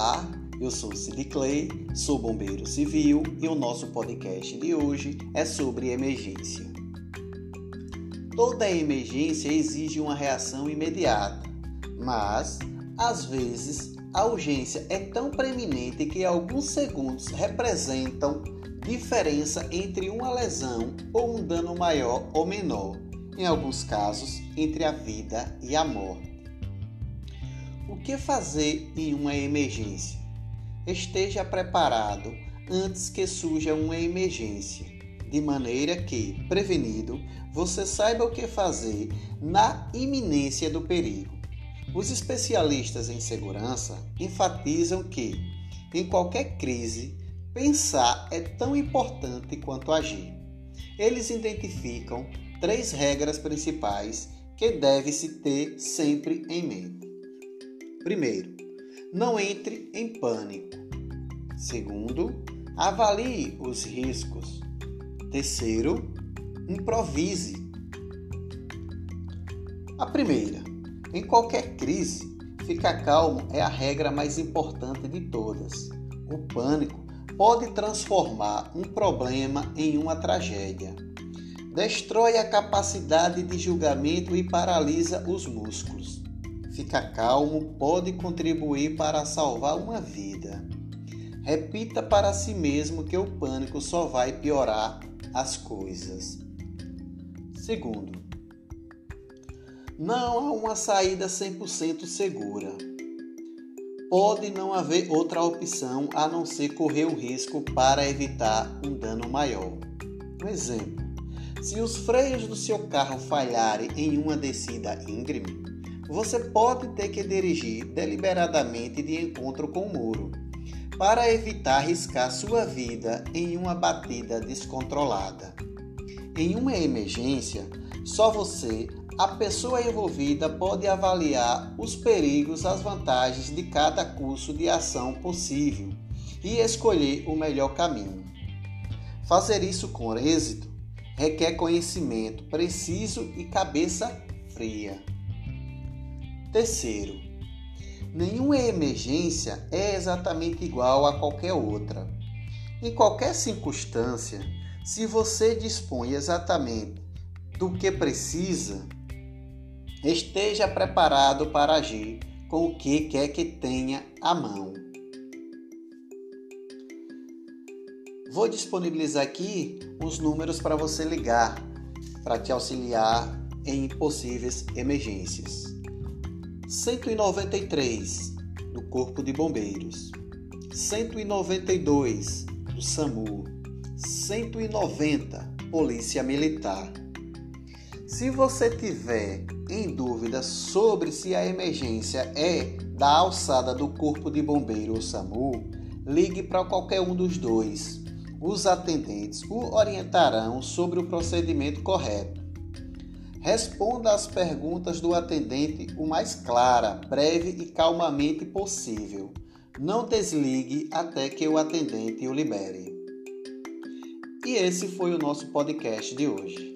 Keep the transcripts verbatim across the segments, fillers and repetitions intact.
Olá, eu sou Cid Clay, sou bombeiro civil e o nosso podcast de hoje é sobre emergência. Toda emergência exige uma reação imediata, mas, às vezes, a urgência é tão preeminente que alguns segundos representam diferença entre uma lesão ou um dano maior ou menor, em alguns casos, entre a vida e a morte. O que fazer em uma emergência? Esteja preparado antes que surja uma emergência, de maneira que, prevenido, você saiba o que fazer na iminência do perigo. Os especialistas em segurança enfatizam que, em qualquer crise, pensar é tão importante quanto agir. Eles identificam três regras principais que deve-se ter sempre em mente. Primeiro, não entre em pânico. Segundo, avalie os riscos. Terceiro, improvise. A primeira, em qualquer crise, ficar calmo é a regra mais importante de todas. O pânico pode transformar um problema em uma tragédia. Destrói a capacidade de julgamento e paralisa os músculos. Ficar calmo pode contribuir para salvar uma vida. Repita para si mesmo que o pânico só vai piorar as coisas. Segundo, não há uma saída cem por cento segura. Pode não haver outra opção a não ser correr o risco para evitar um dano maior. Um exemplo, se os freios do seu carro falharem em uma descida íngreme, você pode ter que dirigir deliberadamente de encontro com o muro, para evitar arriscar sua vida em uma batida descontrolada. Em uma emergência, só você, a pessoa envolvida, pode avaliar os perigos, as vantagens de cada curso de ação possível e escolher o melhor caminho. Fazer isso com êxito requer conhecimento preciso e cabeça fria. Terceiro, nenhuma emergência é exatamente igual a qualquer outra. Em qualquer circunstância, se você dispõe exatamente do que precisa, esteja preparado para agir com o que quer que tenha à mão. Vou disponibilizar aqui os números para você ligar, para te auxiliar em possíveis emergências. cento e noventa e três do Corpo de Bombeiros, cento e noventa e dois do SAMU, cento e noventa Polícia Militar. Se você tiver em dúvida sobre se a emergência é da alçada do Corpo de Bombeiro ou SAMU, ligue para qualquer um dos dois. Os atendentes o orientarão sobre o procedimento correto. Responda às perguntas do atendente o mais clara, breve e calmamente possível. Não desligue até que o atendente o libere. E esse foi o nosso podcast de hoje.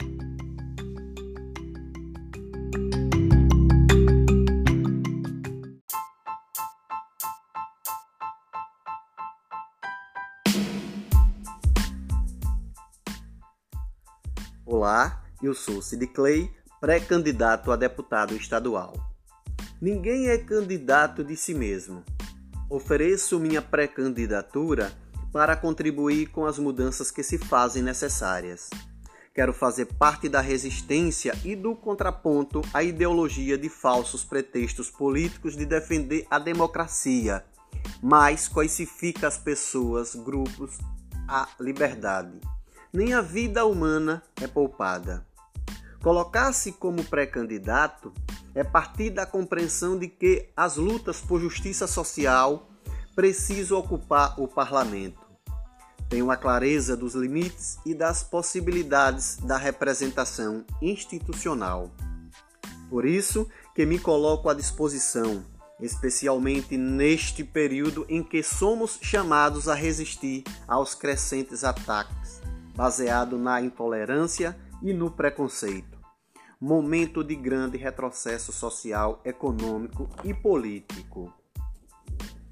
Olá, eu sou Cid Clay, pré-candidato a deputado estadual. Ninguém é candidato de si mesmo. Ofereço minha pré-candidatura para contribuir com as mudanças que se fazem necessárias. Quero fazer parte da resistência e do contraponto à ideologia de falsos pretextos políticos de defender a democracia, mas coisifica as pessoas, grupos, a liberdade. Nem a vida humana é poupada. Colocar-se como pré-candidato é partir da compreensão de que as lutas por justiça social precisam ocupar o parlamento. Tenho a clareza dos limites e das possibilidades da representação institucional. Por isso que me coloco à disposição, especialmente neste período em que somos chamados a resistir aos crescentes ataques, baseado na intolerância e no preconceito. Momento de grande retrocesso social, econômico e político.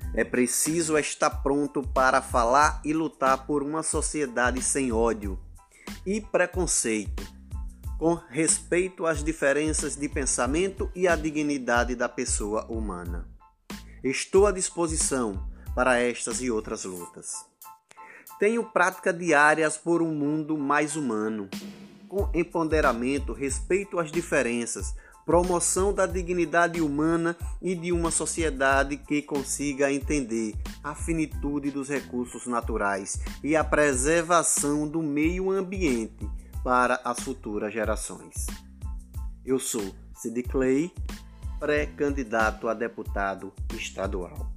É preciso estar pronto para falar e lutar por uma sociedade sem ódio e preconceito, com respeito às diferenças de pensamento e à dignidade da pessoa humana. Estou à disposição para estas e outras lutas. Tenho prática diárias por um mundo mais humano, com empoderamento, respeito às diferenças, promoção da dignidade humana e de uma sociedade que consiga entender a finitude dos recursos naturais e a preservação do meio ambiente para as futuras gerações. Eu sou Sid Clay, pré-candidato a deputado estadual.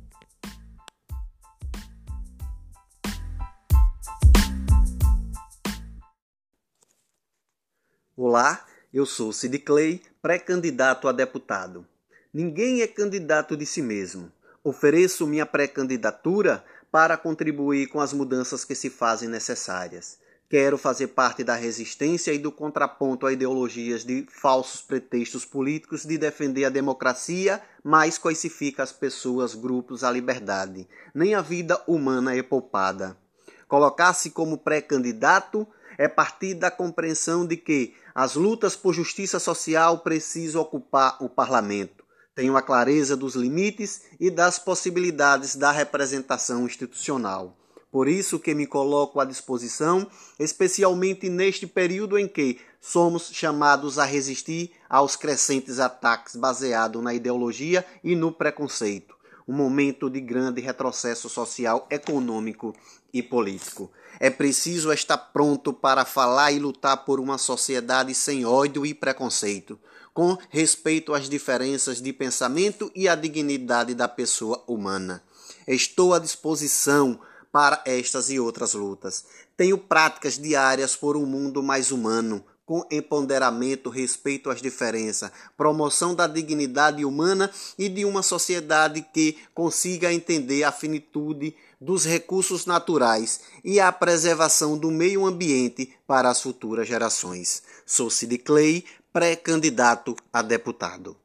Olá, eu sou Sid Clay, pré-candidato a deputado. Ninguém é candidato de si mesmo. Ofereço minha pré-candidatura para contribuir com as mudanças que se fazem necessárias. Quero fazer parte da resistência e do contraponto a ideologias de falsos pretextos políticos de defender a democracia, mas coisifica as pessoas, grupos, a liberdade. Nem a vida humana é poupada. Colocar-se como pré-candidato é partir da compreensão de que as lutas por justiça social precisam ocupar o parlamento. Tenho a clareza dos limites e das possibilidades da representação institucional. Por isso que me coloco à disposição, especialmente neste período em que somos chamados a resistir aos crescentes ataques baseados na ideologia e no preconceito. Um momento de grande retrocesso social, econômico e político. É preciso estar pronto para falar e lutar por uma sociedade sem ódio e preconceito, com respeito às diferenças de pensamento e à dignidade da pessoa humana. Estou à disposição para estas e outras lutas. Tenho práticas diárias por um mundo mais humano, com empoderamento, respeito às diferenças, promoção da dignidade humana e de uma sociedade que consiga entender a finitude dos recursos naturais e a preservação do meio ambiente para as futuras gerações. Sou Sid Clay, pré-candidato a deputado.